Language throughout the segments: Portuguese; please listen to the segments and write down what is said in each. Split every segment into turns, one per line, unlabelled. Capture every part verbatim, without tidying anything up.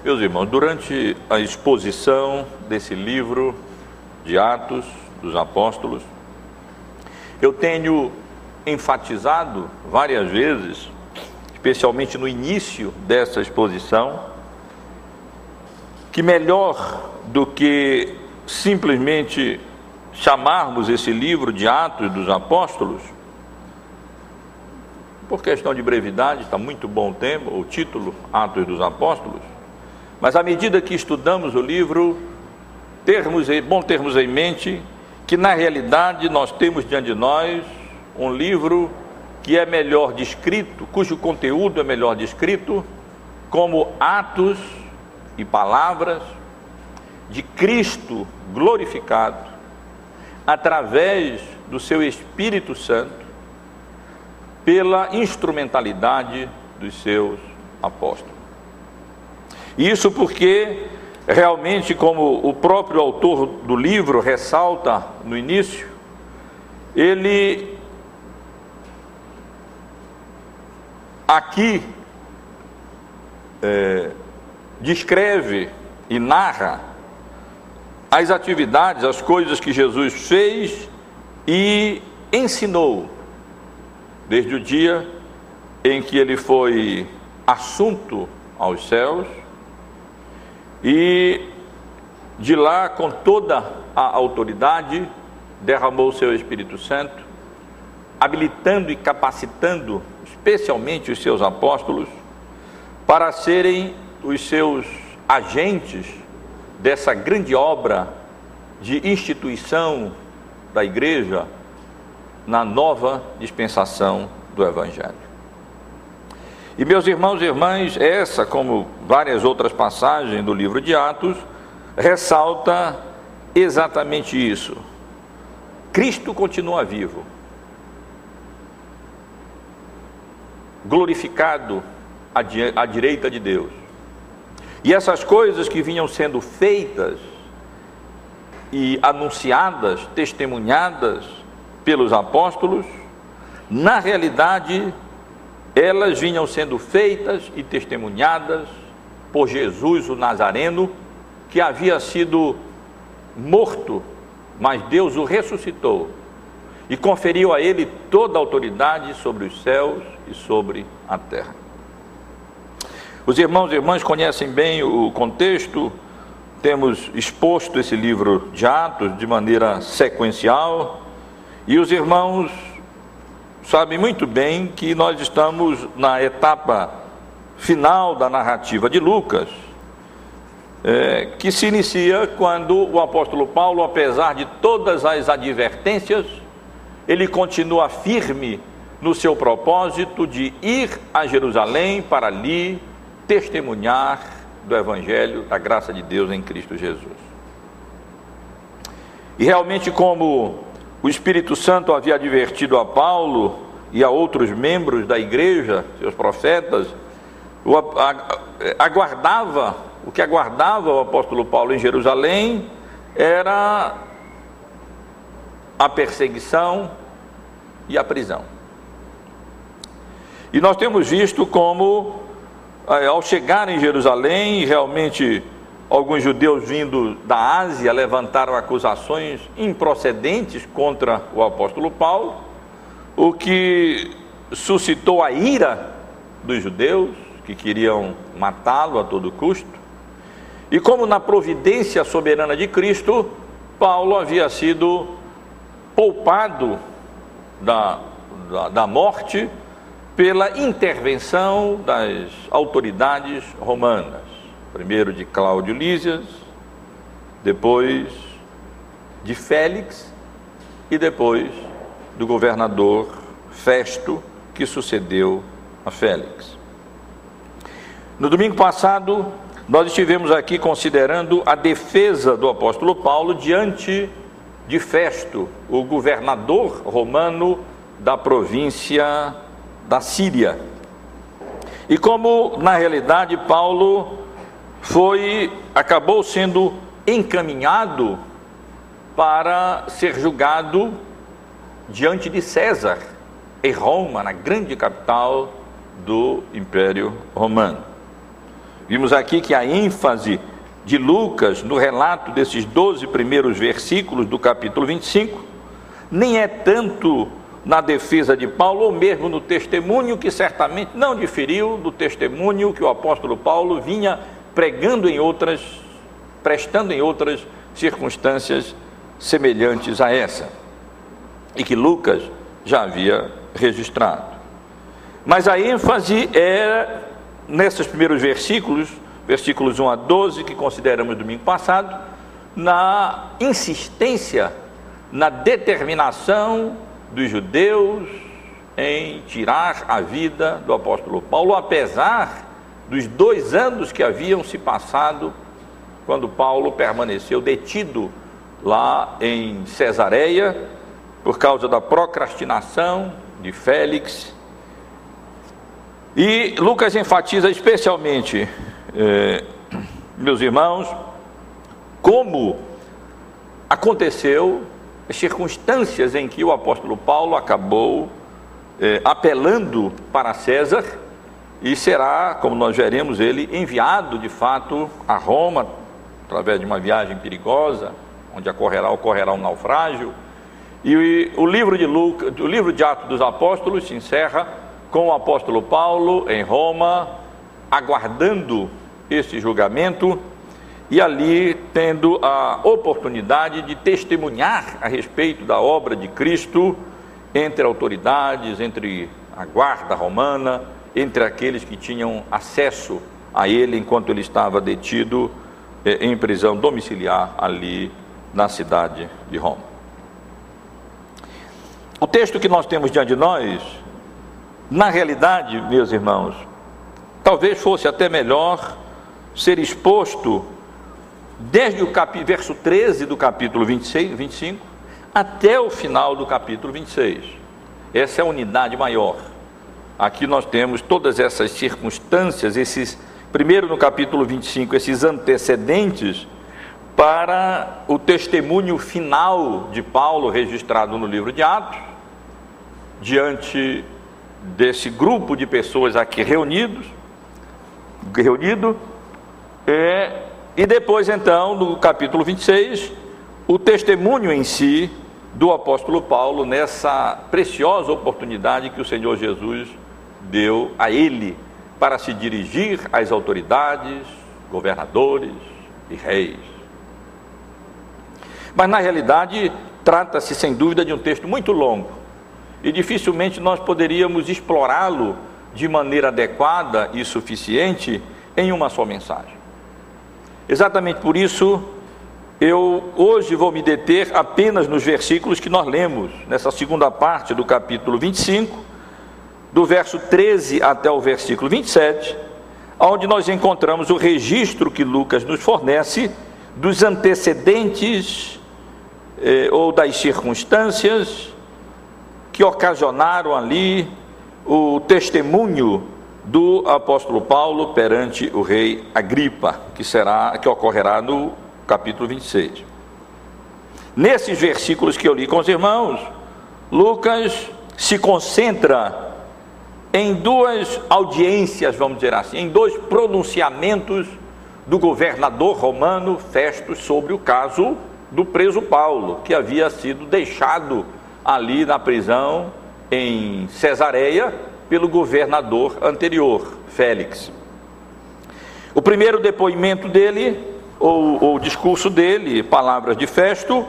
Meus irmãos, durante a exposição desse livro de Atos dos Apóstolos, eu tenho enfatizado várias vezes, especialmente no início dessa exposição, que melhor do que simplesmente chamarmos esse livro de Atos dos Apóstolos, por questão de brevidade, está muito bom o tema, o título, Atos dos Apóstolos, mas à medida que estudamos o livro, termos, é bom termos em mente que na realidade nós temos diante de nós um livro que é melhor descrito, cujo conteúdo é melhor descrito como atos e palavras de Cristo glorificado através do seu Espírito Santo pela instrumentalidade dos seus apóstolos. Isso porque realmente, como o próprio autor do livro ressalta no início, ele aqui é, descreve e narra as atividades, as coisas que Jesus fez e ensinou desde o dia em que ele foi assunto aos céus, e de lá, com toda a autoridade, derramou o seu Espírito Santo, habilitando e capacitando especialmente os seus apóstolos para serem os seus agentes dessa grande obra de instituição da igreja na nova dispensação do Evangelho. E meus irmãos e irmãs, essa, como várias outras passagens do livro de Atos, ressalta exatamente isso. Cristo continua vivo, glorificado à, di- à direita de Deus. E essas coisas que vinham sendo feitas e anunciadas, testemunhadas pelos apóstolos, na realidade, elas vinham sendo feitas e testemunhadas por Jesus o Nazareno, que havia sido morto, mas Deus o ressuscitou e conferiu a ele toda a autoridade sobre os céus e sobre a terra. Os irmãos e irmãs conhecem bem o contexto, temos exposto esse livro de Atos de maneira sequencial, e os irmãos sabem muito bem que nós estamos na etapa final da narrativa de Lucas, é, que se inicia quando o apóstolo Paulo, apesar de todas as advertências, ele continua firme no seu propósito de ir a Jerusalém para ali testemunhar do Evangelho, da graça de Deus em Cristo Jesus. E realmente, como o Espírito Santo havia advertido a Paulo e a outros membros da igreja, seus profetas, o, a, aguardava, o que aguardava o apóstolo Paulo em Jerusalém era a perseguição e a prisão. E nós temos visto como, ao chegar em Jerusalém, realmente alguns judeus vindo da Ásia levantaram acusações improcedentes contra o apóstolo Paulo, o que suscitou a ira dos judeus, que queriam matá-lo a todo custo. E como na providência soberana de Cristo, Paulo havia sido poupado da, da, da morte pela intervenção das autoridades romanas, primeiro de Cláudio Lísias, depois de Félix e depois do governador Festo, que sucedeu a Félix. No domingo passado, nós estivemos aqui considerando a defesa do apóstolo Paulo diante de Festo, o governador romano da província da Síria. E como, na realidade, Paulo foi, acabou sendo encaminhado para ser julgado diante de César, em Roma, na grande capital do Império Romano. Vimos aqui que a ênfase de Lucas no relato desses doze primeiros versículos do capítulo vinte e cinco nem é tanto na defesa de Paulo, ou mesmo no testemunho que certamente não diferiu do testemunho que o apóstolo Paulo vinha pregando em outras, prestando em outras circunstâncias semelhantes a essa, e que Lucas já havia registrado. Mas a ênfase era nesses primeiros versículos, versículos um a doze, que consideramos domingo passado, na insistência, na determinação dos judeus em tirar a vida do apóstolo Paulo, apesar dos dois anos que haviam se passado quando Paulo permaneceu detido lá em Cesareia por causa da procrastinação de Félix. E Lucas enfatiza especialmente, eh, meus irmãos, como aconteceu, as circunstâncias em que o apóstolo Paulo acabou eh, apelando para César, e será, como nós veremos, ele enviado de fato a Roma, através de uma viagem perigosa, onde ocorrerá, ocorrerá um naufrágio. E o livro de Lucas, o livro de Atos dos Apóstolos se encerra com o apóstolo Paulo em Roma, aguardando esse julgamento, e ali tendo a oportunidade de testemunhar a respeito da obra de Cristo entre autoridades, entre a guarda romana, entre aqueles que tinham acesso a ele enquanto ele estava detido eh, em prisão domiciliar ali na cidade de Roma. O texto que nós temos diante de nós, na realidade, meus irmãos, talvez fosse até melhor ser exposto desde o cap... verso treze do capítulo vinte e seis, vinte e cinco até o final do capítulo vinte e seis. Essa é a unidade maior. Aqui nós temos todas essas circunstâncias, esses, primeiro no capítulo vinte e cinco, esses antecedentes para o testemunho final de Paulo registrado no livro de Atos, diante desse grupo de pessoas aqui reunidos, reunido, é, e depois então, no capítulo vinte e seis, o testemunho em si do apóstolo Paulo nessa preciosa oportunidade que o Senhor Jesus deu a ele para se dirigir às autoridades, governadores e reis. Mas na realidade trata-se sem dúvida de um texto muito longo e dificilmente nós poderíamos explorá-lo de maneira adequada e suficiente em uma só mensagem. Exatamente por isso eu hoje vou me deter apenas nos versículos que nós lemos nessa segunda parte do capítulo vinte e cinco, do verso treze até o versículo vinte e sete, onde nós encontramos o registro que Lucas nos fornece dos antecedentes eh, ou das circunstâncias que ocasionaram ali o testemunho do apóstolo Paulo perante o rei Agripa, que será, que ocorrerá no capítulo vinte e seis. Nesses versículos que eu li com os irmãos, Lucas se concentra em duas audiências, vamos dizer assim, em dois pronunciamentos do governador romano Festo sobre o caso do preso Paulo, que havia sido deixado ali na prisão em Cesareia pelo governador anterior, Félix. O primeiro depoimento dele, ou o discurso dele, palavras de Festo,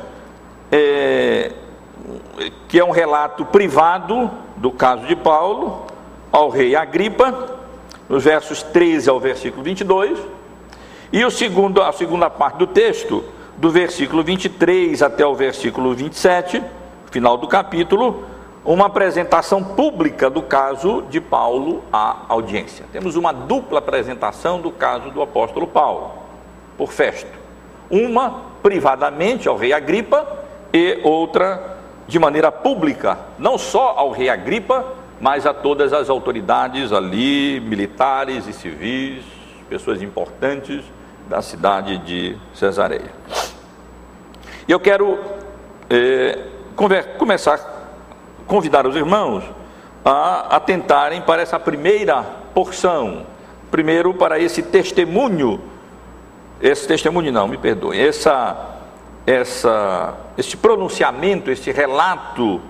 é, que é um relato privado do caso de Paulo, ao rei Agripa, nos versos treze ao versículo vinte e dois, e o segundo, a segunda parte do texto, do versículo vinte e três até o versículo vinte e sete, final do capítulo, uma apresentação pública do caso de Paulo à audiência. Temos uma dupla apresentação do caso do apóstolo Paulo, por Festo. Uma privadamente ao rei Agripa e outra de maneira pública, não só ao rei Agripa, mas a todas as autoridades ali, militares e civis, pessoas importantes da cidade de Cesareia. E eu quero eh, conver- começar a convidar os irmãos a atentarem para essa primeira porção, primeiro para esse testemunho, esse testemunho não, me perdoem, essa, essa, esse pronunciamento, esse relato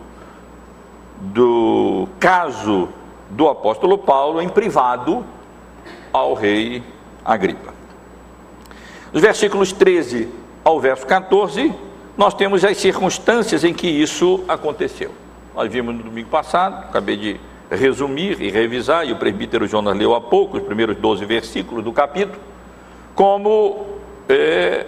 do caso do apóstolo Paulo em privado ao rei Agripa. Nos versículos treze ao verso quatorze, nós temos as circunstâncias em que isso aconteceu. Nós vimos no domingo passado, acabei de resumir e revisar, e o presbítero Jonas leu há pouco, os primeiros doze versículos do capítulo, como é,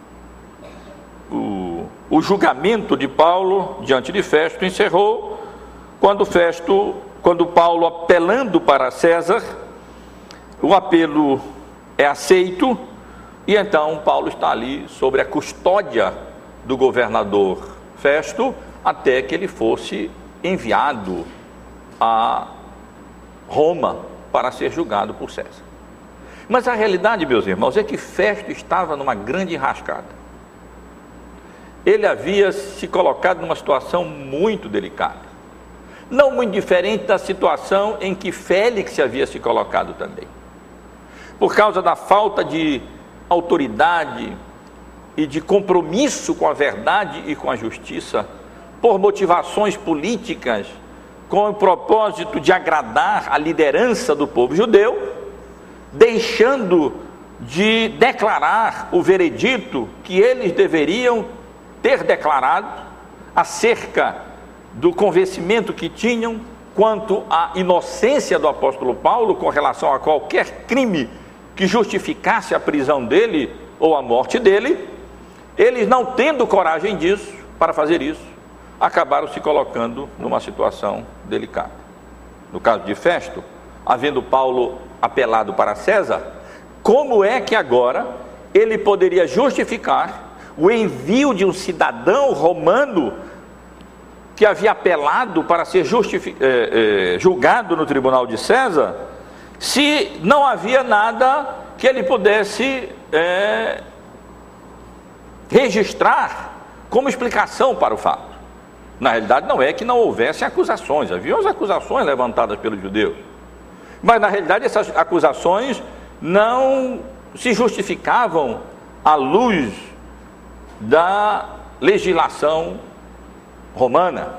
o, o julgamento de Paulo diante de Festo encerrou, quando Festo, quando Paulo, apelando para César, o apelo é aceito, e então Paulo está ali sobre a custódia do governador Festo, até que ele fosse enviado a Roma para ser julgado por César. Mas a realidade, meus irmãos, é que Festo estava numa grande enrascada. Ele havia se colocado numa situação muito delicada, não muito diferente da situação em que Félix havia se colocado também. Por causa da falta de autoridade e de compromisso com a verdade e com a justiça, por motivações políticas, com o propósito de agradar a liderança do povo judeu, deixando de declarar o veredito que eles deveriam ter declarado acerca do convencimento que tinham quanto à inocência do apóstolo Paulo com relação a qualquer crime que justificasse a prisão dele ou a morte dele. Eles, não tendo coragem disso, para fazer isso, acabaram se colocando numa situação delicada. No caso de Festo, havendo Paulo apelado para César, como é que agora ele poderia justificar o envio de um cidadão romano que havia apelado para ser justific... é, é, julgado no tribunal de César, se não havia nada que ele pudesse é, registrar como explicação para o fato? Na realidade, não é que não houvesse acusações, havia as acusações levantadas pelos judeus, mas na realidade essas acusações não se justificavam à luz da legislação romana.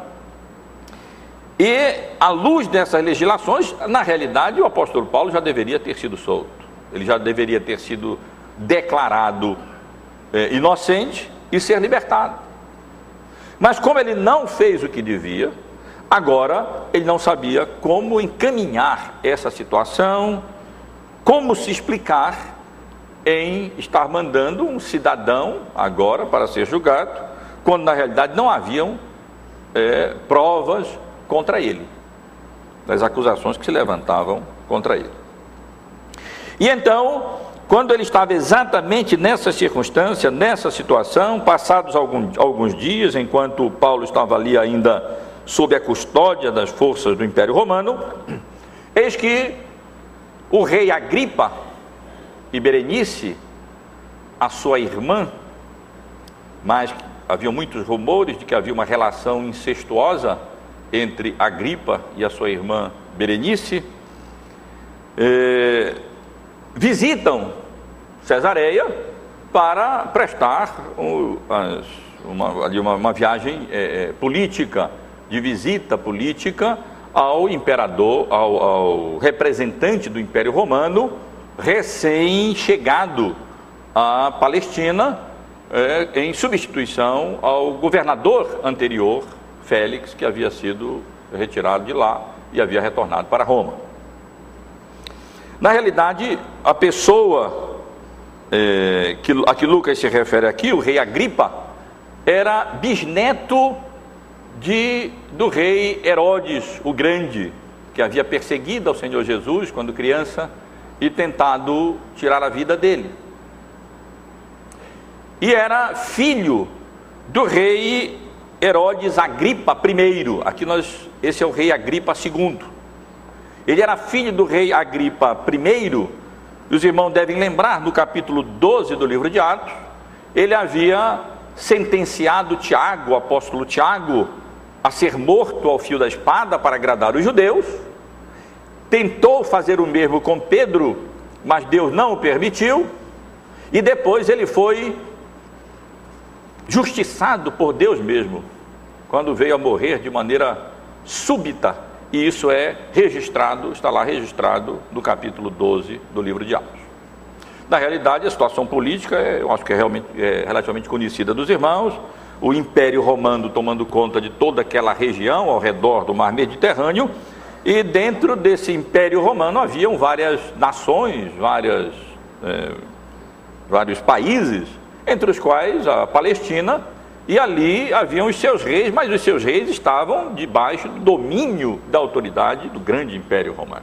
E à luz dessas legislações, na realidade, o apóstolo Paulo já deveria ter sido solto, ele já deveria ter sido declarado é, inocente e ser libertado. Mas como ele não fez o que devia, agora ele não sabia como encaminhar essa situação, como se explicar em estar mandando um cidadão agora para ser julgado, quando na realidade não haviam é, provas contra ele, das acusações que se levantavam contra ele. E então, quando ele estava exatamente nessa circunstância, nessa situação, passados alguns, alguns dias, enquanto Paulo estava ali ainda sob a custódia das forças do Império Romano, eis que o rei Agripa e Berenice, a sua irmã, mas havia muitos rumores de que havia uma relação incestuosa entre Agripa e a sua irmã Berenice, eh, visitam Cesareia para prestar um, as, uma, ali uma, uma viagem é, política, de visita política ao imperador, ao, ao representante do Império Romano, recém-chegado à Palestina, é, em substituição ao governador anterior, Félix, que havia sido retirado de lá e havia retornado para Roma. Na realidade, a pessoa é, que, a que Lucas se refere aqui, o rei Agripa, era bisneto de, do rei Herodes o Grande, que havia perseguido ao Senhor Jesus quando criança e tentado tirar a vida dele. E era filho do rei Herodes Agripa I. Aqui nós, esse é o rei Agripa segundo. Ele era filho do rei Agripa I. Os irmãos devem lembrar, no capítulo doze do livro de Atos, ele havia sentenciado Tiago, o apóstolo Tiago, a ser morto ao fio da espada para agradar os judeus. Tentou fazer o mesmo com Pedro, mas Deus não o permitiu, e depois ele foi justiçado por Deus mesmo, quando veio a morrer de maneira súbita, e isso é registrado, está lá registrado no capítulo doze do livro de Atos. Na realidade, a situação política, é, eu acho que é, realmente, é relativamente conhecida dos irmãos. O Império Romano tomando conta de toda aquela região ao redor do Mar Mediterrâneo, e dentro desse Império Romano haviam várias nações, várias, é, vários países, entre os quais a Palestina, e ali haviam os seus reis, mas os seus reis estavam debaixo do domínio da autoridade do grande Império Romano.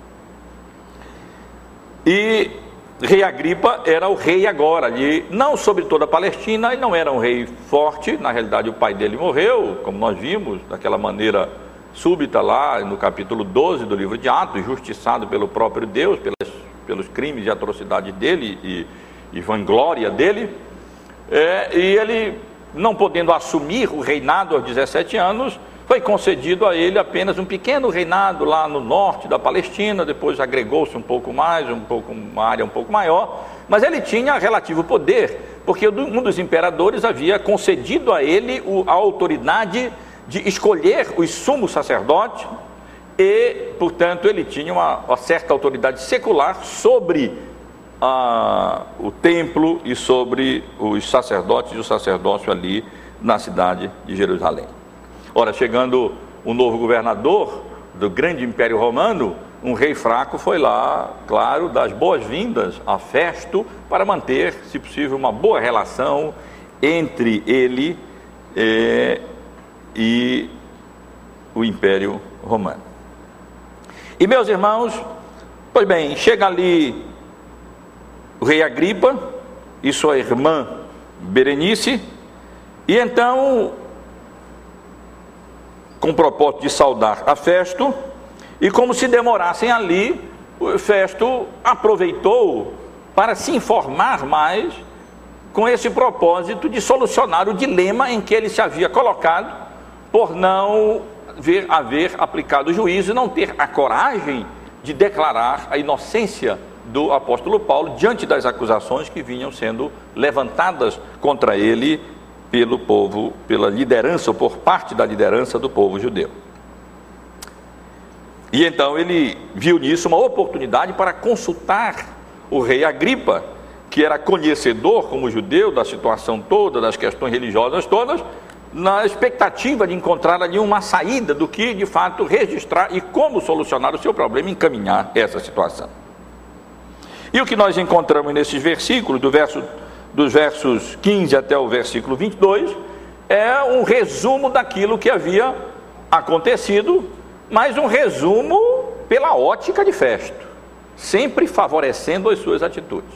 E rei Agripa era o rei agora, ali, não sobre toda a Palestina, e não era um rei forte, na realidade o pai dele morreu, como nós vimos, daquela maneira súbita lá no capítulo doze do livro de Atos, justiçado pelo próprio Deus, pelas, pelos crimes e atrocidades dele e, e vanglória dele, é, e ele, não podendo assumir o reinado aos dezessete anos, foi concedido a ele apenas um pequeno reinado lá no norte da Palestina, depois agregou-se um pouco mais, um pouco, uma área um pouco maior, mas ele tinha relativo poder, porque um dos imperadores havia concedido a ele a autoridade de escolher os sumos sacerdotes, e, portanto, ele tinha uma, uma certa autoridade secular sobre ah, o templo e sobre os sacerdotes e o sacerdócio ali na cidade de Jerusalém. Ora, chegando um novo governador do grande Império Romano, um rei fraco foi lá, claro, dar as boas-vindas a Festo para manter, se possível, uma boa relação entre ele e, e o Império Romano. E, meus irmãos, pois bem, chega ali o rei Agripa e sua irmã Berenice, e então, com o propósito de saudar a Festo, e como se demorassem ali, o Festo aproveitou para se informar mais, com esse propósito de solucionar o dilema em que ele se havia colocado, por não ver, haver aplicado o juízo e não ter a coragem de declarar a inocência do apóstolo Paulo diante das acusações que vinham sendo levantadas contra ele pelo povo, pela liderança, ou por parte da liderança do povo judeu. E então ele viu nisso uma oportunidade para consultar o rei Agripa, que era conhecedor como judeu da situação toda, das questões religiosas todas, na expectativa de encontrar ali uma saída do que de fato registrar e como solucionar o seu problema e encaminhar essa situação. E o que nós encontramos nesses versículos, do verso dos versos quinze até o versículo vinte e dois, é um resumo daquilo que havia acontecido, mas um resumo pela ótica de Festo, sempre favorecendo as suas atitudes.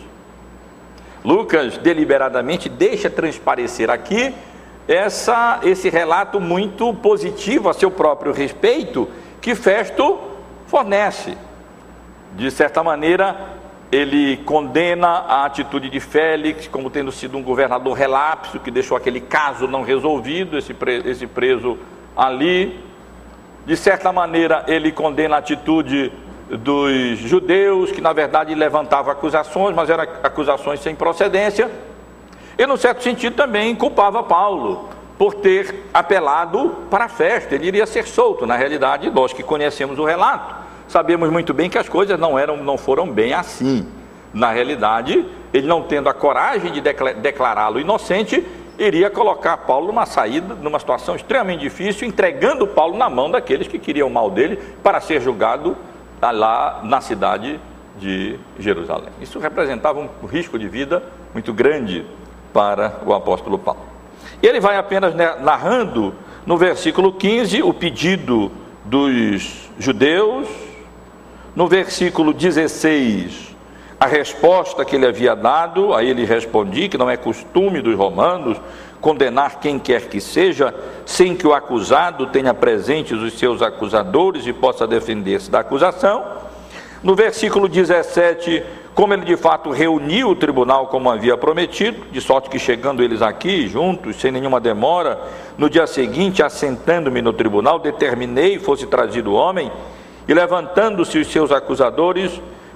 Lucas deliberadamente deixa transparecer aqui essa, esse relato muito positivo a seu próprio respeito, que Festo fornece. De certa maneira, ele condena a atitude de Félix como tendo sido um governador relapso, que deixou aquele caso não resolvido, esse preso, esse preso ali. De certa maneira, ele condena a atitude dos judeus, que na verdade levantavam acusações, mas eram acusações sem procedência. E, num certo sentido, também culpava Paulo por ter apelado para a festa. Ele iria ser solto. Na realidade, nós que conhecemos o relato, sabemos muito bem que as coisas não, eram, não foram bem assim. Na realidade, ele, não tendo a coragem de declará-lo inocente, iria colocar Paulo numa saída, numa situação extremamente difícil, entregando Paulo na mão daqueles que queriam o mal dele para ser julgado lá na cidade de Jerusalém. Isso representava um risco de vida muito grande para o apóstolo Paulo. E ele vai apenas narrando no versículo quinze o pedido dos judeus, no versículo dezesseis a resposta que ele havia dado. Aí ele respondia que não é costume dos romanos condenar quem quer que seja, sem que o acusado tenha presentes os seus acusadores e possa defender-se da acusação. No versículo dezessete, como ele de fato reuniu o tribunal como havia prometido, de sorte que chegando eles aqui juntos, sem nenhuma demora, no dia seguinte, assentando-me no tribunal, determinei fosse trazido o homem, e levantando-se os seus acusadores,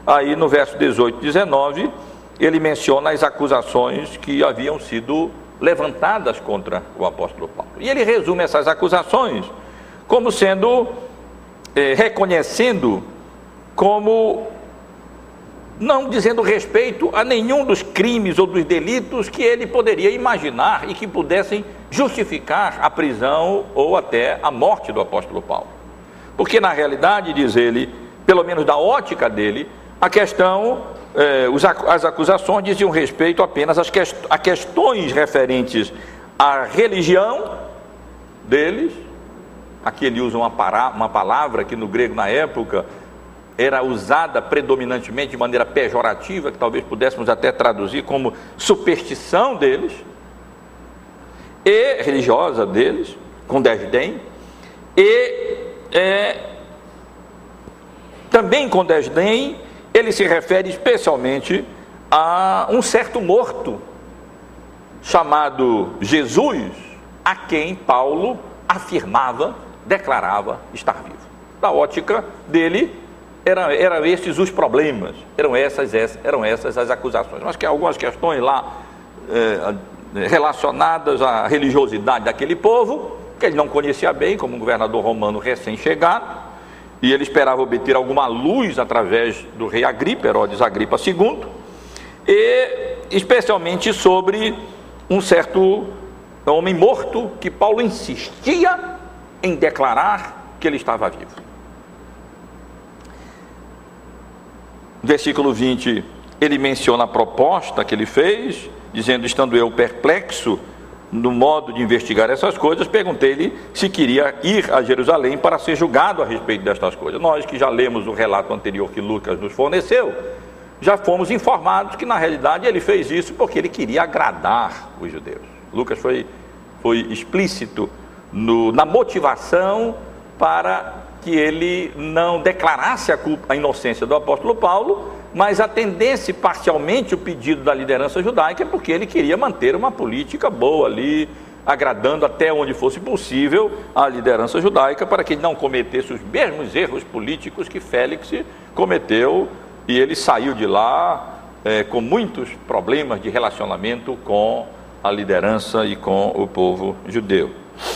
aí no verso dezoito e dezenove, ele menciona as acusações que haviam sido levantadas contra o apóstolo Paulo. E ele resume essas acusações como sendo, eh, reconhecendo como não dizendo respeito a nenhum dos crimes ou dos delitos que ele poderia imaginar e que pudessem justificar a prisão ou até a morte do apóstolo Paulo. Porque na realidade, diz ele, pelo menos da ótica dele, a questão, eh, os, as acusações diziam respeito apenas às quest a questões referentes à religião deles. Aqui ele usa uma, para, uma palavra que no grego na época era usada predominantemente de maneira pejorativa, que talvez pudéssemos até traduzir como superstição deles, e religiosa deles, com desdém, e é, também com desdém, ele se refere especialmente a um certo morto, chamado Jesus, a quem Paulo afirmava, declarava estar vivo. Da ótica dele, Eram, eram estes os problemas, eram essas, eram essas as acusações. Mas que algumas questões lá é, relacionadas à religiosidade daquele povo, que ele não conhecia bem, como um governador romano recém-chegado, e ele esperava obter alguma luz através do rei Agripa, Herodes Agripa segundo, e especialmente sobre um certo homem morto, que Paulo insistia em declarar que ele estava vivo. No versículo vinte, ele menciona a proposta que ele fez, dizendo: estando eu perplexo no modo de investigar essas coisas, perguntei-lhe se queria ir a Jerusalém para ser julgado a respeito destas coisas. Nós que já lemos o relato anterior que Lucas nos forneceu, já fomos informados que na realidade ele fez isso porque ele queria agradar os judeus. Lucas foi, foi explícito no, na motivação para que ele não declarasse a, culpa, a inocência do apóstolo Paulo, mas atendesse parcialmente o pedido da liderança judaica, porque ele queria manter uma política boa ali, agradando até onde fosse possível a liderança judaica, para que ele não cometesse os mesmos erros políticos que Félix cometeu, e ele saiu de lá é, com muitos problemas de relacionamento com a liderança e com o povo judeu.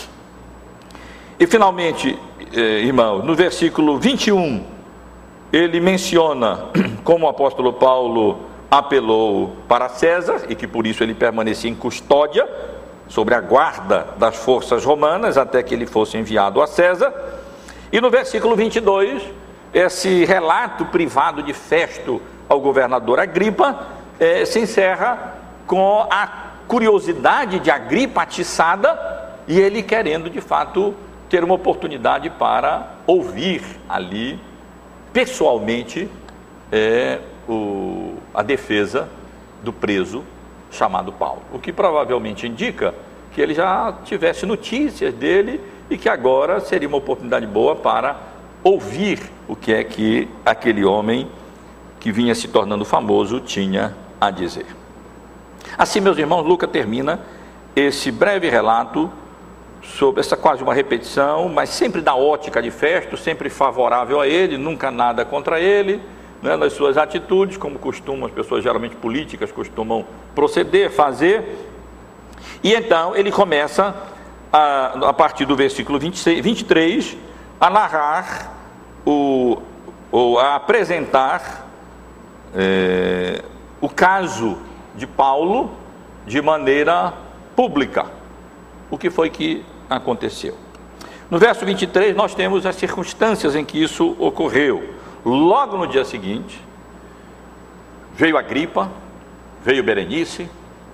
E finalmente, irmão, no versículo vinte e um, ele menciona como o apóstolo Paulo apelou para César e que por isso ele permanecia em custódia, sobre a guarda das forças romanas, até que ele fosse enviado a César. E no versículo vinte e dois, esse relato privado de Festo ao governador Agripa eh, se encerra com a curiosidade de Agripa atiçada e ele querendo de fato ter uma oportunidade para ouvir ali, pessoalmente, é, o, a defesa do preso chamado Paulo. O que provavelmente indica que ele já tivesse notícias dele e que agora seria uma oportunidade boa para ouvir o que é que aquele homem que vinha se tornando famoso tinha a dizer. Assim, meus irmãos, Lucas termina esse breve relato sobre essa quase uma repetição, mas sempre da ótica de Festo, sempre favorável a ele, nunca nada contra ele, né, nas suas atitudes, como costumam, as pessoas geralmente políticas costumam proceder, fazer. E então ele começa, a, a partir do versículo vinte e seis, vinte e três, a narrar, o, ou a apresentar é, o caso de Paulo de maneira pública. O que foi que aconteceu? No verso vinte e três nós temos as circunstâncias em que isso ocorreu. Logo no dia seguinte, veio Agripa, veio Berenice,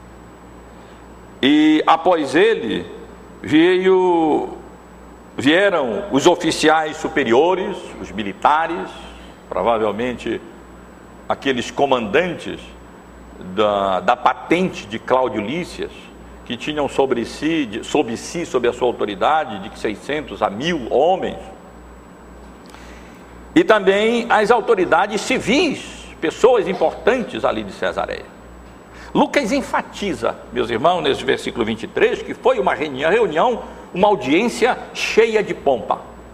e após ele veio, vieram os oficiais superiores, os militares, provavelmente aqueles comandantes da, da patente de Cláudio Lícias, que tinham sobre si, sobre si, sob a sua autoridade, de seiscentos a mil homens, e também as autoridades civis, pessoas importantes ali de Cesareia. Lucas enfatiza, meus irmãos, nesse versículo vinte e três, que foi uma reunião, uma audiência cheia de pompa.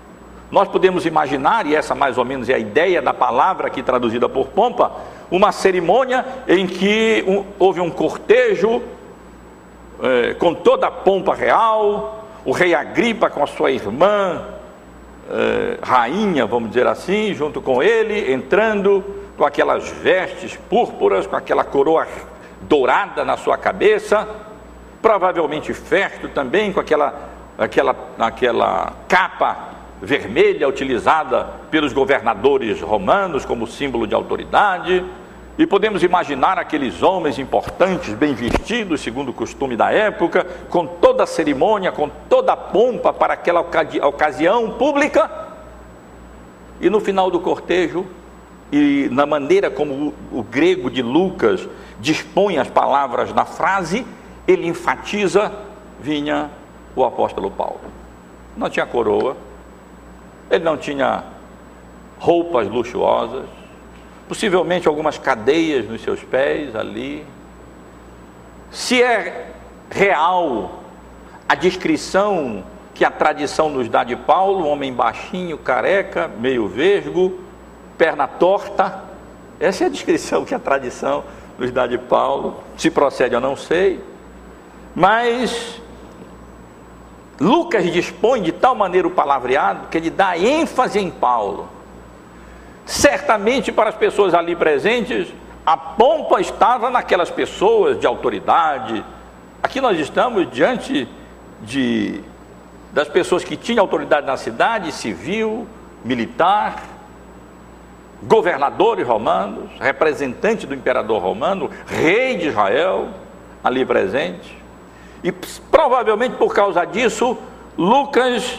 Nós podemos imaginar, e essa mais ou menos é a ideia da palavra aqui traduzida por pompa, uma cerimônia em que um, houve um cortejo eh, com toda a pompa real, o rei Agripa com a sua irmã, eh, rainha, vamos dizer assim, junto com ele, entrando com aquelas vestes púrpuras, com aquela coroa dourada na sua cabeça, provavelmente Festo também, com aquela, aquela, aquela capa vermelha utilizada pelos governadores romanos como símbolo de autoridade, e podemos imaginar aqueles homens importantes, bem vestidos, segundo o costume da época, com toda a cerimônia, com toda a pompa para aquela ocasião pública, e no final do cortejo, e na maneira como o, o grego de Lucas dispõe as palavras na frase, ele enfatiza, vinha o apóstolo Paulo. Não tinha coroa, ele não tinha roupas luxuosas, possivelmente algumas cadeias nos seus pés ali. Se é real a descrição que a tradição nos dá de Paulo, um homem baixinho, careca, meio vesgo, perna torta, essa é a descrição que a tradição nos dá de Paulo. Se procede eu não sei, mas Lucas dispõe de tal maneira o palavreado que ele dá ênfase em Paulo. Certamente para as pessoas ali presentes, a pompa estava naquelas pessoas de autoridade. Aqui nós estamos diante de, das pessoas que tinham autoridade na cidade, civil, militar, governadores romanos, representante do imperador romano, rei de Israel, ali presente. E provavelmente por causa disso, Lucas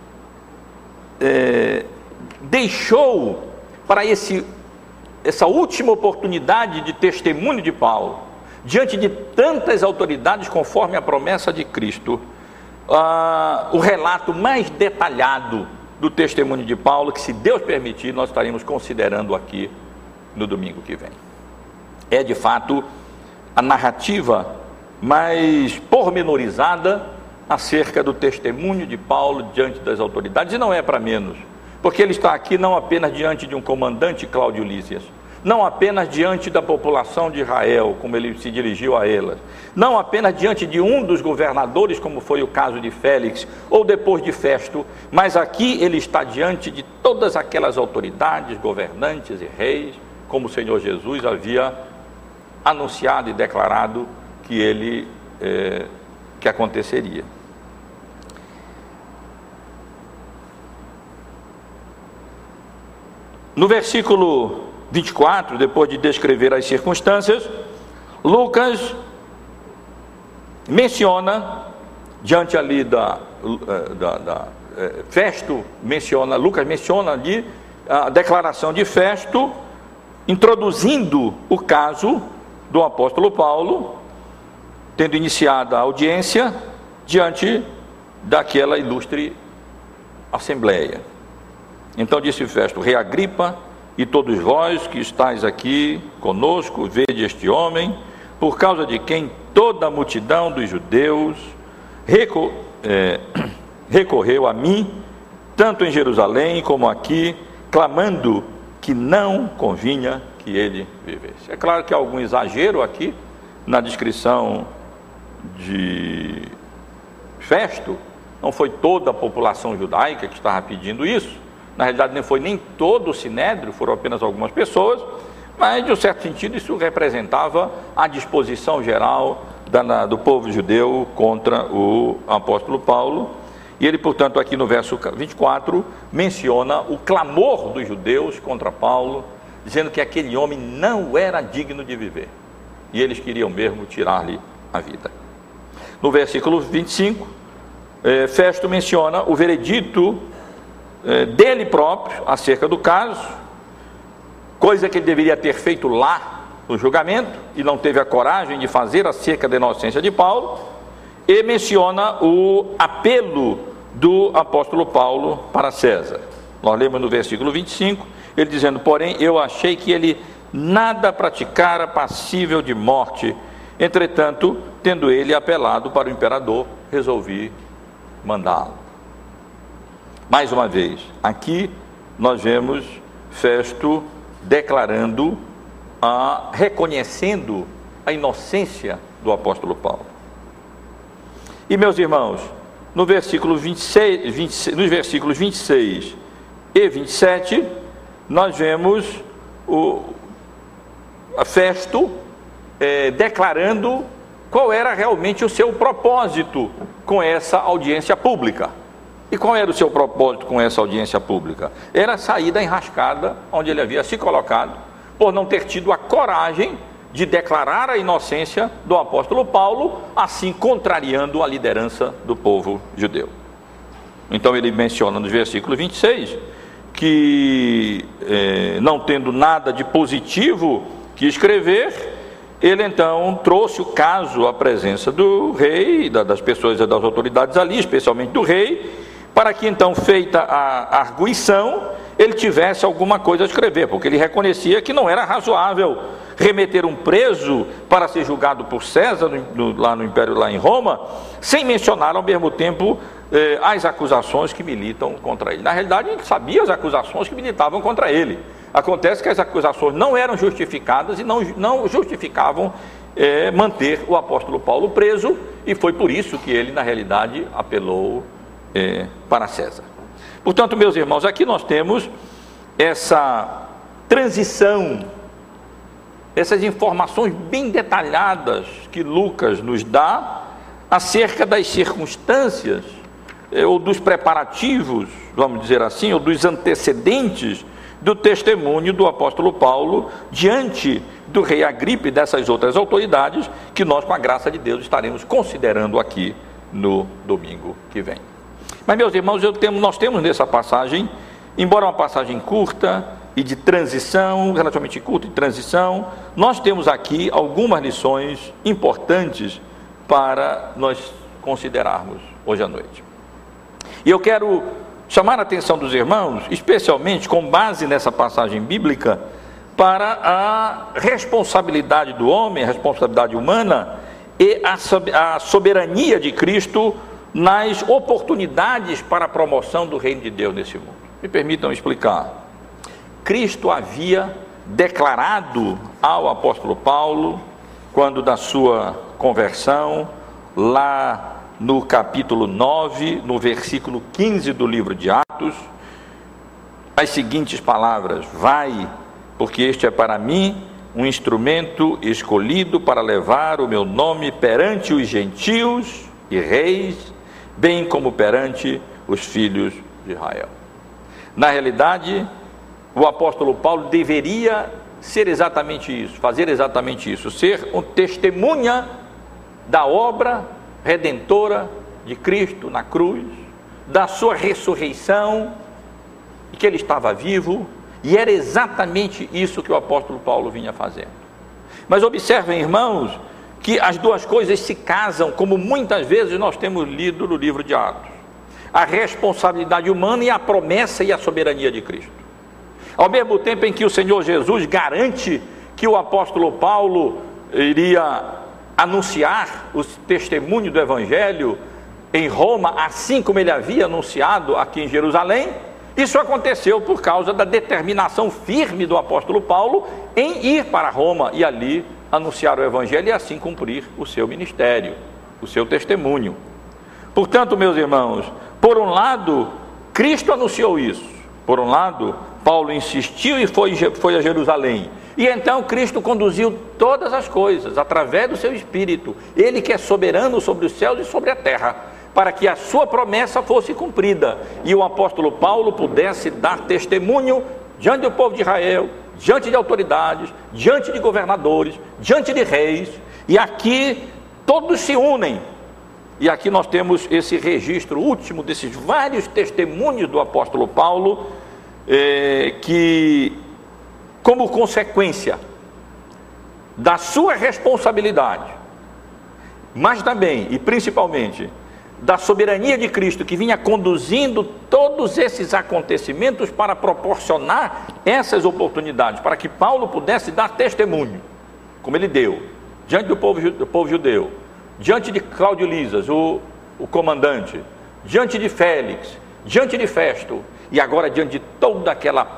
é, deixou para esse, essa última oportunidade de testemunho de Paulo, diante de tantas autoridades, conforme a promessa de Cristo, ah, o relato mais detalhado do testemunho de Paulo, que, se Deus permitir, nós estaremos considerando aqui no domingo que vem. É de fato a narrativa mais pormenorizada acerca do testemunho de Paulo diante das autoridades, e não é para menos, porque ele está aqui não apenas diante de um comandante, Cláudio Lísias, não apenas diante da população de Israel, como ele se dirigiu a elas, não apenas diante de um dos governadores, como foi o caso de Félix, ou depois de Festo, mas aqui ele está diante de todas aquelas autoridades, governantes e reis, como o Senhor Jesus havia anunciado e declarado que ele é, que aconteceria. No versículo vinte e quatro, depois de descrever as circunstâncias, Lucas menciona, diante ali da, da, da Festo, menciona, Lucas menciona ali a declaração de Festo, introduzindo o caso do apóstolo Paulo, tendo iniciado a audiência diante daquela ilustre assembleia. Então disse Festo: Rei Agripa, e todos vós que estáis aqui conosco, vede este homem, por causa de quem toda a multidão dos judeus recor, é, recorreu a mim, tanto em Jerusalém como aqui, clamando que não convinha que ele vivesse. É claro que há algum exagero aqui na descrição de Festo. Não foi toda a população judaica que estava pedindo isso, na realidade nem foi nem todo o sinédrio, foram apenas algumas pessoas, mas de um certo sentido isso representava a disposição geral da, do povo judeu contra o apóstolo Paulo. E ele, portanto, aqui no verso vinte e quatro, menciona o clamor dos judeus contra Paulo, dizendo que aquele homem não era digno de viver, e eles queriam mesmo tirar-lhe a vida. No versículo vinte e cinco, eh, Festo menciona o veredito eh, dele próprio acerca do caso, coisa que ele deveria ter feito lá no julgamento, e não teve a coragem de fazer acerca da inocência de Paulo, e menciona o apelo do apóstolo Paulo para César. Nós lemos no versículo vinte e cinco, ele dizendo: porém eu achei que ele nada praticara passível de morte, entretanto, tendo ele apelado para o imperador, resolvi mandá-lo. mais uma vez, aqui nós vemos Festo declarando, a, reconhecendo a inocência do apóstolo Paulo. E, meus irmãos, no versículo vinte e seis, vinte, nos versículos vinte e seis e vinte e sete, nós vemos o Festo é, declarando qual era realmente o seu propósito com essa audiência pública. E qual era o seu propósito com essa audiência pública? Era sair da enrascada onde ele havia se colocado, por não ter tido a coragem de declarar a inocência do apóstolo Paulo, assim contrariando a liderança do povo judeu. Então ele menciona no versículo vinte e seis que, eh, não tendo nada de positivo que escrever, ele então trouxe o caso à presença do rei, das pessoas e das autoridades ali, especialmente do rei, para que então, feita a arguição, ele tivesse alguma coisa a escrever, porque ele reconhecia que não era razoável remeter um preso para ser julgado por César, no, lá no Império, lá em Roma, sem mencionar ao mesmo tempo eh, as acusações que militam contra ele. Na realidade, ele sabia as acusações que militavam contra ele. Acontece que as acusações não eram justificadas e não, não justificavam é, manter o apóstolo Paulo preso, e foi por isso que ele, na realidade, apelou é, para César. Portanto, meus irmãos, aqui nós temos essa transição, essas informações bem detalhadas que Lucas nos dá acerca das circunstâncias, é, ou dos preparativos, vamos dizer assim, ou dos antecedentes do testemunho do apóstolo Paulo diante do rei Agripa e dessas outras autoridades, que nós, com a graça de Deus, estaremos considerando aqui no domingo que vem. Mas, meus irmãos, eu temos, nós temos nessa passagem, embora uma passagem curta e de transição, relativamente curta e de transição, nós temos aqui algumas lições importantes para nós considerarmos hoje à noite. E eu quero chamar a atenção dos irmãos, especialmente com base nessa passagem bíblica, para a responsabilidade do homem, a responsabilidade humana e a soberania de Cristo nas oportunidades para a promoção do reino de Deus nesse mundo. Me permitam explicar. Cristo havia declarado ao apóstolo Paulo, quando da sua conversão, lá no capítulo nove, no versículo quinze do livro de Atos, as seguintes palavras: vai, porque este é para mim um instrumento escolhido para levar o meu nome perante os gentios e reis, bem como perante os filhos de Israel. Na realidade, o apóstolo Paulo deveria ser exatamente isso, fazer exatamente isso, ser um testemunha da obra redentora de Cristo na cruz, da sua ressurreição, e que ele estava vivo, e era exatamente isso que o apóstolo Paulo vinha fazendo. Mas observem, irmãos, que as duas coisas se casam, como muitas vezes nós temos lido no livro de Atos: a responsabilidade humana e a promessa e a soberania de Cristo. Ao mesmo tempo em que o Senhor Jesus garante que o apóstolo Paulo iria anunciar o testemunho do Evangelho em Roma, assim como ele havia anunciado aqui em Jerusalém, isso aconteceu por causa da determinação firme do apóstolo Paulo em ir para Roma e ali anunciar o Evangelho e assim cumprir o seu ministério, o seu testemunho. Portanto, meus irmãos, por um lado, Cristo anunciou isso, por um lado, Paulo insistiu e foi, foi a Jerusalém. E então Cristo conduziu todas as coisas através do seu Espírito, ele que é soberano sobre os céus e sobre a terra, para que a sua promessa fosse cumprida e o apóstolo Paulo pudesse dar testemunho diante do povo de Israel, diante de autoridades, diante de governadores, diante de reis. E aqui todos se unem, e aqui nós temos esse registro último desses vários testemunhos do apóstolo Paulo, eh, que, como consequência da sua responsabilidade, mas também e principalmente da soberania de Cristo, que vinha conduzindo todos esses acontecimentos para proporcionar essas oportunidades, para que Paulo pudesse dar testemunho, como ele deu, diante do povo, do povo judeu, diante de Cláudio Lisas, o, o comandante, diante de Félix, diante de Festo, e agora diante de toda aquela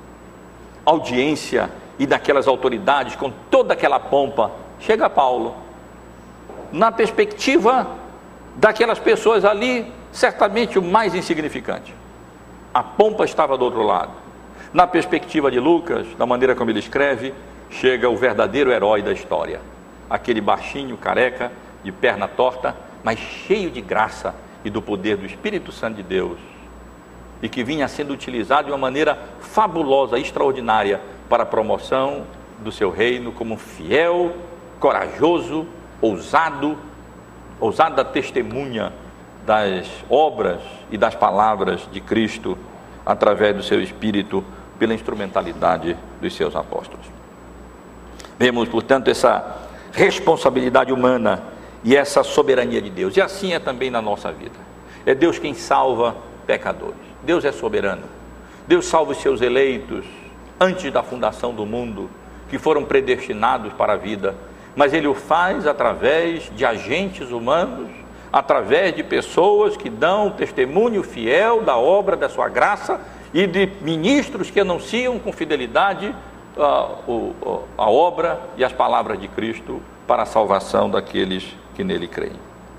audiência e daquelas autoridades, com toda aquela pompa, chega Paulo. Na perspectiva daquelas pessoas ali, certamente o mais insignificante. A pompa estava do outro lado. Na perspectiva de Lucas, da maneira como ele escreve, chega o verdadeiro herói da história. Aquele baixinho, careca, de perna torta, mas cheio de graça e do poder do Espírito Santo de Deus, e que vinha sendo utilizado de uma maneira fabulosa, extraordinária, para a promoção do seu reino, como fiel, corajoso, ousado, ousada testemunha das obras e das palavras de Cristo, através do seu Espírito, pela instrumentalidade dos seus apóstolos. Vemos, portanto, essa responsabilidade humana e essa soberania de Deus, e assim é também na nossa vida. É Deus quem salva pecadores. Deus é soberano. Deus salva os seus eleitos antes da fundação do mundo, que foram predestinados para a vida, mas Ele o faz através de agentes humanos, através de pessoas que dão testemunho fiel da obra da sua graça, e de ministros que anunciam com fidelidade a, a obra e as palavras de Cristo para a salvação daqueles que nele creem.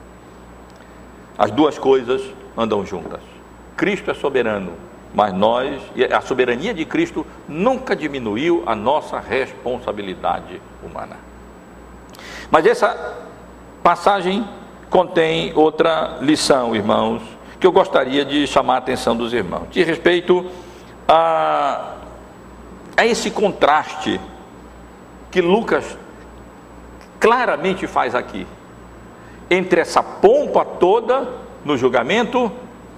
As duas coisas andam juntas. Cristo é soberano, mas nós, a soberania de Cristo nunca diminuiu a nossa responsabilidade humana. Mas essa passagem contém outra lição, irmãos, que eu gostaria de chamar a atenção dos irmãos, de respeito a, a esse contraste que Lucas claramente faz aqui, entre essa pompa toda no julgamento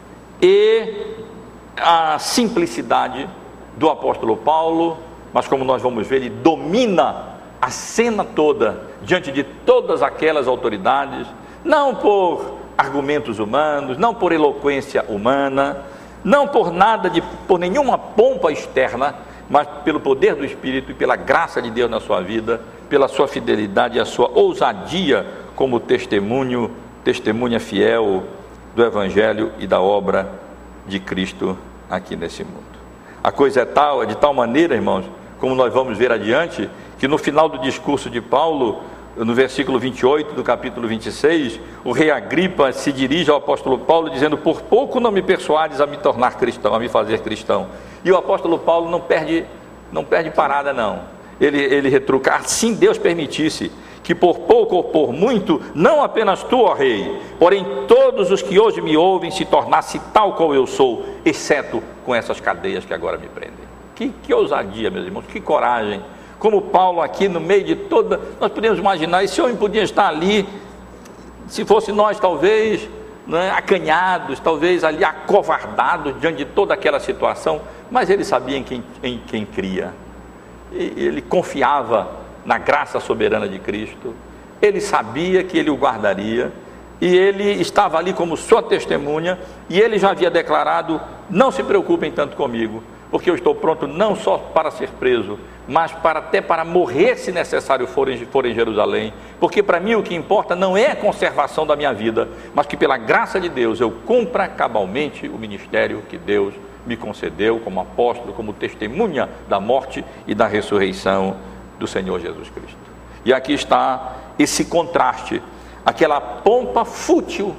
e a simplicidade do apóstolo Paulo, mas como nós vamos ver, ele domina a cena toda, diante de todas aquelas autoridades, não por argumentos humanos, não por eloquência humana, não por nada de, por nenhuma pompa externa, mas pelo poder do Espírito e pela graça de Deus na sua vida, pela sua fidelidade e a sua ousadia como testemunho, testemunha fiel do Evangelho e da obra de Cristo aqui nesse mundo. A coisa é tal, é de tal maneira, irmãos, como nós vamos ver adiante, que no final do discurso de Paulo, no versículo vinte e oito do capítulo vinte e seis, o rei Agripa se dirige ao apóstolo Paulo dizendo: por pouco não me persuades a me tornar cristão, a me fazer cristão. E o apóstolo Paulo não perde, não perde parada não, ele, ele retruca: assim Deus permitisse que por pouco ou por muito, não apenas tu, ó rei, porém todos os que hoje me ouvem se tornasse tal qual eu sou, exceto com essas cadeias que agora me prendem. Que, que ousadia, meus irmãos, que coragem. Como Paulo aqui no meio de toda, nós podemos imaginar, esse homem podia estar ali, se fosse nós talvez, né, acanhados, talvez ali acovardados diante de toda aquela situação, mas ele sabia em quem, em quem cria, e ele confiava na graça soberana de Cristo, ele sabia que ele o guardaria, e ele estava ali como sua testemunha, e ele já havia declarado: não se preocupem tanto comigo, porque eu estou pronto não só para ser preso, mas para, até para morrer se necessário for em, for em Jerusalém, porque para mim o que importa não é a conservação da minha vida, mas que pela graça de Deus eu cumpra cabalmente o ministério que Deus me concedeu como apóstolo, como testemunha da morte e da ressurreição do Senhor Jesus Cristo. E aqui está esse contraste, aquela pompa fútil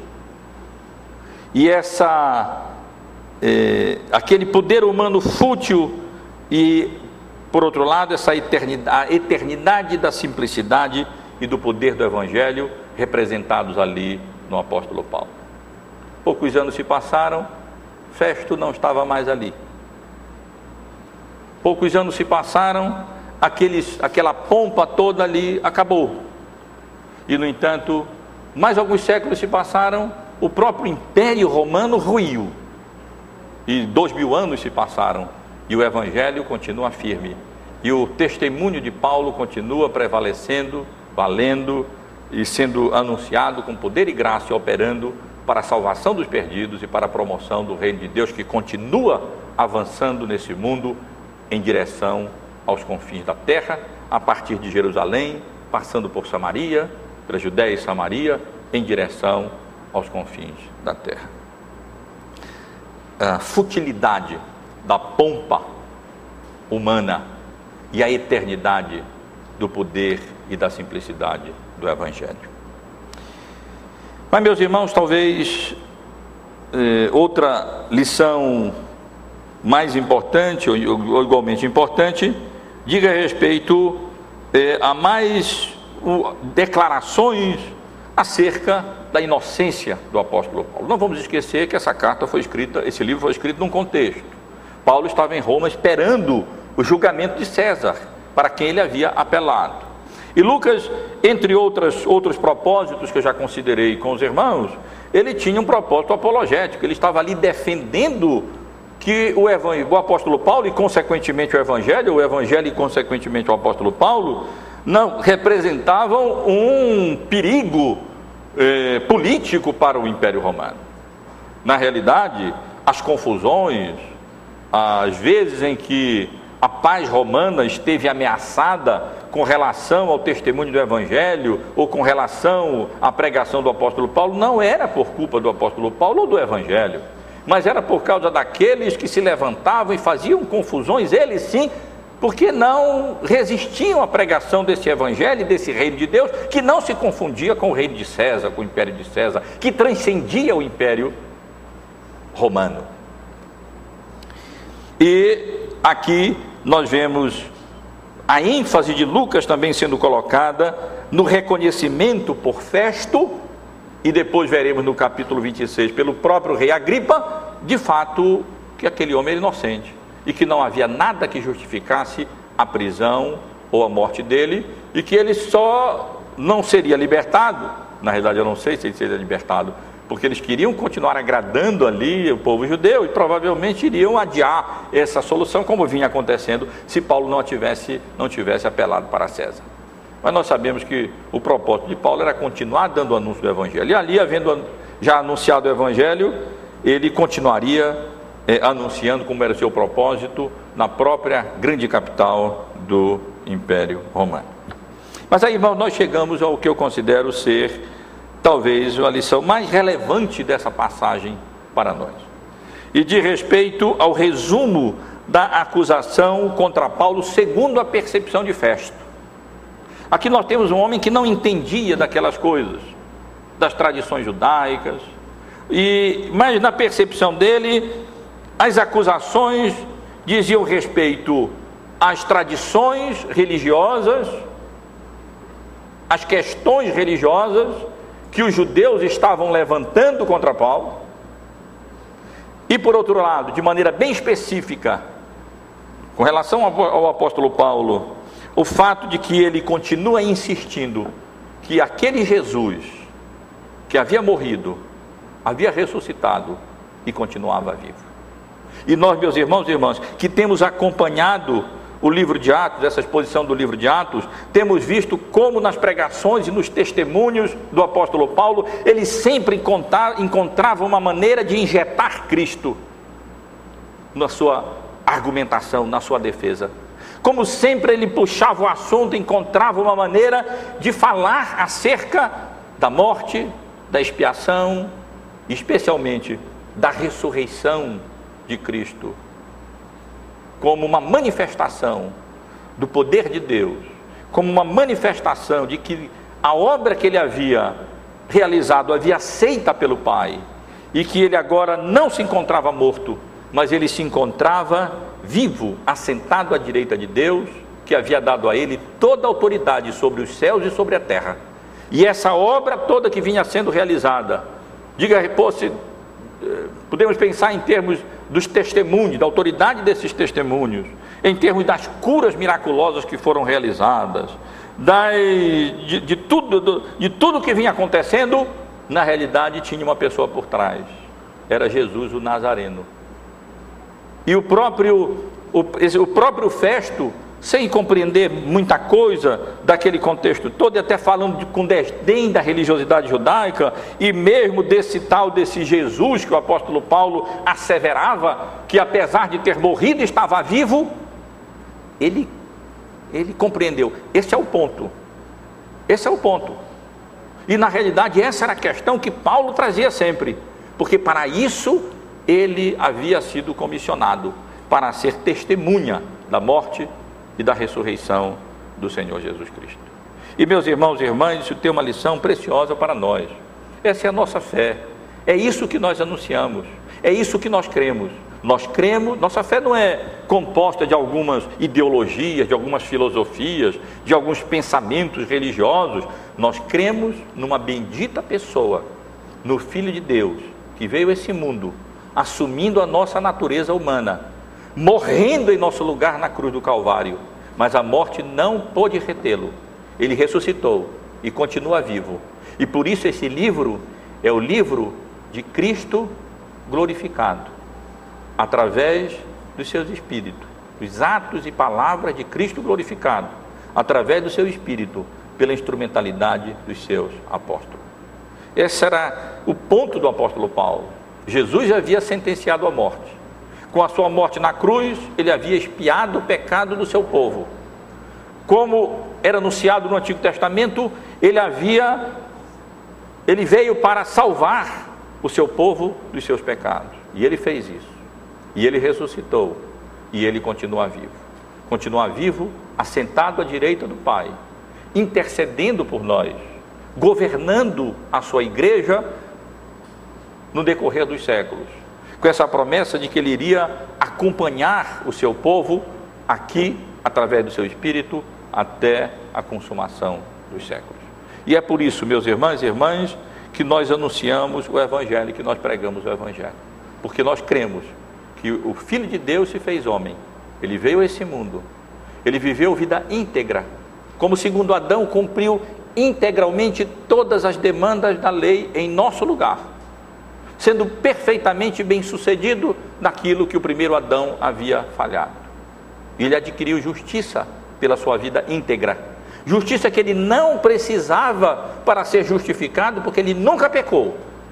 e essa é, aquele poder humano fútil, e por outro lado essa eternidade, a eternidade da simplicidade e do poder do Evangelho representados ali no apóstolo Paulo. Poucos anos se passaram, Festo não estava mais ali. Poucos anos se passaram, aqueles, aquela pompa toda ali acabou. E no entanto, mais alguns séculos se passaram, o próprio Império Romano ruiu. E dois mil anos se passaram, e o Evangelho continua firme. E o testemunho de Paulo continua prevalecendo, valendo e sendo anunciado com poder e graça, e operando para a salvação dos perdidos e para a promoção do reino de Deus, que continua avançando nesse mundo em direção aos confins da terra, a partir de Jerusalém, passando por Samaria, pela Judéia e Samaria, em direção aos confins da terra. a futilidade da pompa humana e a eternidade do poder e da simplicidade do Evangelho. Mas, meus irmãos, talvez eh, outra lição mais importante, ou, ou igualmente importante, diga respeito eh, a mais uh, declarações acerca da inocência do apóstolo Paulo. Não vamos esquecer que essa carta foi escrita, esse livro foi escrito num contexto. Paulo estava em Roma esperando o julgamento de César, para quem ele havia apelado. E Lucas, entre outras, outros propósitos que eu já considerei com os irmãos, ele tinha um propósito apologético. Ele estava ali defendendo que o, o apóstolo Paulo e consequentemente o Evangelho, o Evangelho e consequentemente o apóstolo Paulo, não representavam um perigo eh, político para o Império Romano. Na realidade, as confusões, as vezes em que a paz romana esteve ameaçada com relação ao testemunho do Evangelho ou com relação à pregação do apóstolo Paulo, não era por culpa do apóstolo Paulo ou do Evangelho, mas era por causa daqueles que se levantavam e faziam confusões, eles sim, porque não resistiam à pregação desse Evangelho e desse reino de Deus, que não se confundia com o reino de César, com o império de César, que transcendia o império romano. E aqui nós vemos a ênfase de Lucas também sendo colocada no reconhecimento por Festo, e depois veremos no capítulo vinte e seis pelo próprio rei Agripa, de fato que aquele homem era inocente e que não havia nada que justificasse a prisão ou a morte dele, e que ele só não seria libertado. Na realidade eu não sei se ele seria libertado, porque eles queriam continuar agradando ali o povo judeu e provavelmente iriam adiar essa solução, como vinha acontecendo se Paulo não tivesse, não tivesse apelado para César. Mas nós sabemos que o propósito de Paulo era continuar dando o anúncio do Evangelho, e ali, havendo já anunciado o Evangelho, ele continuaria eh, anunciando, como era o seu propósito, na própria grande capital do Império Romano. Mas aí, irmãos, nós chegamos ao que eu considero ser talvez a lição mais relevante dessa passagem para nós, e de respeito ao resumo da acusação contra Paulo segundo a percepção de Festo. Aqui nós temos um homem que não entendia daquelas coisas, das tradições judaicas, e, mas na percepção dele, as acusações diziam respeito às tradições religiosas, às questões religiosas que os judeus estavam levantando contra Paulo, e por outro lado, de maneira bem específica, com relação ao apóstolo Paulo, o fato de que ele continua insistindo que aquele Jesus que havia morrido, havia ressuscitado e continuava vivo. E nós, meus irmãos e irmãs, que temos acompanhado o livro de Atos, essa exposição do livro de Atos, temos visto como nas pregações e nos testemunhos do apóstolo Paulo, ele sempre encontrava uma maneira de injetar Cristo na sua argumentação, na sua defesa. Como sempre ele puxava o assunto, encontrava uma maneira de falar acerca da morte, da expiação, especialmente da ressurreição de Cristo, como uma manifestação do poder de Deus, como uma manifestação de que a obra que ele havia realizado havia aceita pelo Pai, e que ele agora não se encontrava morto, mas ele se encontrava vivo, assentado à direita de Deus, que havia dado a ele toda a autoridade sobre os céus e sobre a terra. E essa obra toda que vinha sendo realizada, diga, pô, se, podemos pensar em termos dos testemunhos, da autoridade desses testemunhos, em termos das curas miraculosas que foram realizadas, das, de, de, tudo, de tudo que vinha acontecendo, na realidade tinha uma pessoa por trás, era Jesus o Nazareno. E o próprio, o, o próprio Festo, sem compreender muita coisa daquele contexto todo, e até falando de, com desdém da religiosidade judaica, e mesmo desse tal, desse Jesus que o apóstolo Paulo asseverava, que apesar de ter morrido, estava vivo, ele, ele compreendeu, esse é o ponto, esse é o ponto, e na realidade essa era a questão que Paulo trazia sempre, porque para isso ele havia sido comissionado para ser testemunha da morte e da ressurreição do Senhor Jesus Cristo. E meus irmãos e irmãs, isso tem uma lição preciosa para nós. Essa é a nossa fé, é isso que nós anunciamos, é isso que nós cremos. Nós cremos, nossa fé não é composta de algumas ideologias, de algumas filosofias, de alguns pensamentos religiosos. Nós cremos numa bendita pessoa, no Filho de Deus, que veio a esse mundo, assumindo a nossa natureza humana, morrendo em nosso lugar na cruz do Calvário, mas a morte não pôde retê-lo. Ele ressuscitou e continua vivo. E por isso esse livro é o livro de Cristo glorificado, através dos seus espíritos, os atos e palavras de Cristo glorificado, através do seu espírito, pela instrumentalidade dos seus apóstolos. Esse era o ponto do apóstolo Paulo. Jesus já havia sentenciado a morte. Com a sua morte na cruz, ele havia expiado o pecado do seu povo. Como era anunciado no Antigo Testamento, ele havia, ele veio para salvar o seu povo dos seus pecados. E ele fez isso. E ele ressuscitou. E ele continua vivo. Continua vivo, assentado à direita do Pai, intercedendo por nós, governando a sua igreja no decorrer dos séculos, com essa promessa de que ele iria acompanhar o seu povo aqui, através do seu Espírito, até a consumação dos séculos. E é por isso, meus irmãos e irmãs, que nós anunciamos o Evangelho, que nós pregamos o Evangelho, porque nós cremos que o Filho de Deus se fez homem, ele veio a esse mundo, ele viveu vida íntegra, como segundo Adão cumpriu integralmente todas as demandas da lei em nosso lugar, sendo perfeitamente bem sucedido naquilo que o primeiro Adão havia falhado. Ele adquiriu justiça pela sua vida íntegra, justiça que ele não precisava para ser justificado, porque ele nunca pecou,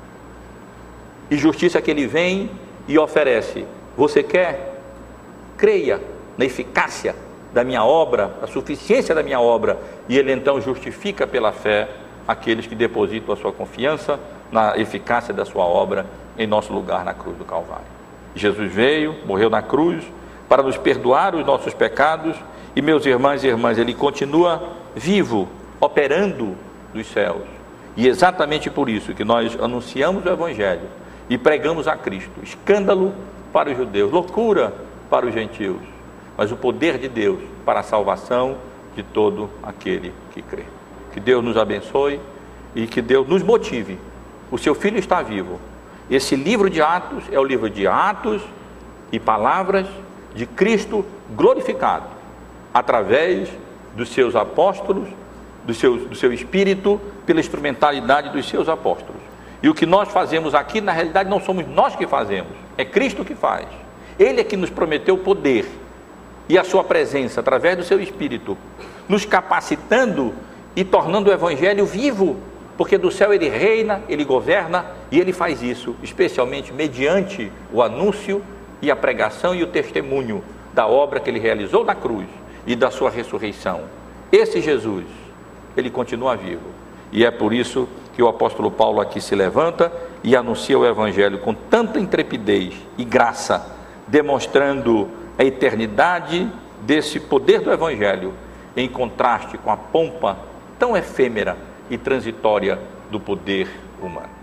e justiça que ele vem e oferece. Você quer? Creia na eficácia da minha obra, a suficiência da minha obra, e ele então justifica pela fé aqueles que depositam a sua confiança na eficácia da sua obra em nosso lugar na cruz do Calvário. Jesus veio, morreu na cruz para nos perdoar os nossos pecados, e meus irmãos e irmãs, ele continua vivo, operando dos céus. E exatamente por isso que nós anunciamos o Evangelho e pregamos a Cristo. Escândalo para os judeus, loucura para os gentios, mas o poder de Deus para a salvação de todo aquele que crê. Que Deus nos abençoe e que Deus nos motive. O seu Filho está vivo. Esse livro de Atos é o livro de atos e palavras de Cristo glorificado, através dos seus apóstolos, do seu, do seu Espírito, pela instrumentalidade dos seus apóstolos. E o que nós fazemos aqui, na realidade, não somos nós que fazemos, é Cristo que faz. Ele é que nos prometeu poder e a sua presença, através do seu Espírito, nos capacitando e tornando o Evangelho vivo, porque do céu ele reina, ele governa, e ele faz isso, especialmente mediante o anúncio e a pregação e o testemunho da obra que ele realizou na cruz e da sua ressurreição. Esse Jesus, ele continua vivo, e é por isso que o apóstolo Paulo aqui se levanta e anuncia o Evangelho com tanta intrepidez e graça, demonstrando a eternidade desse poder do Evangelho, em contraste com a pompa tão efêmera e transitória do poder humano.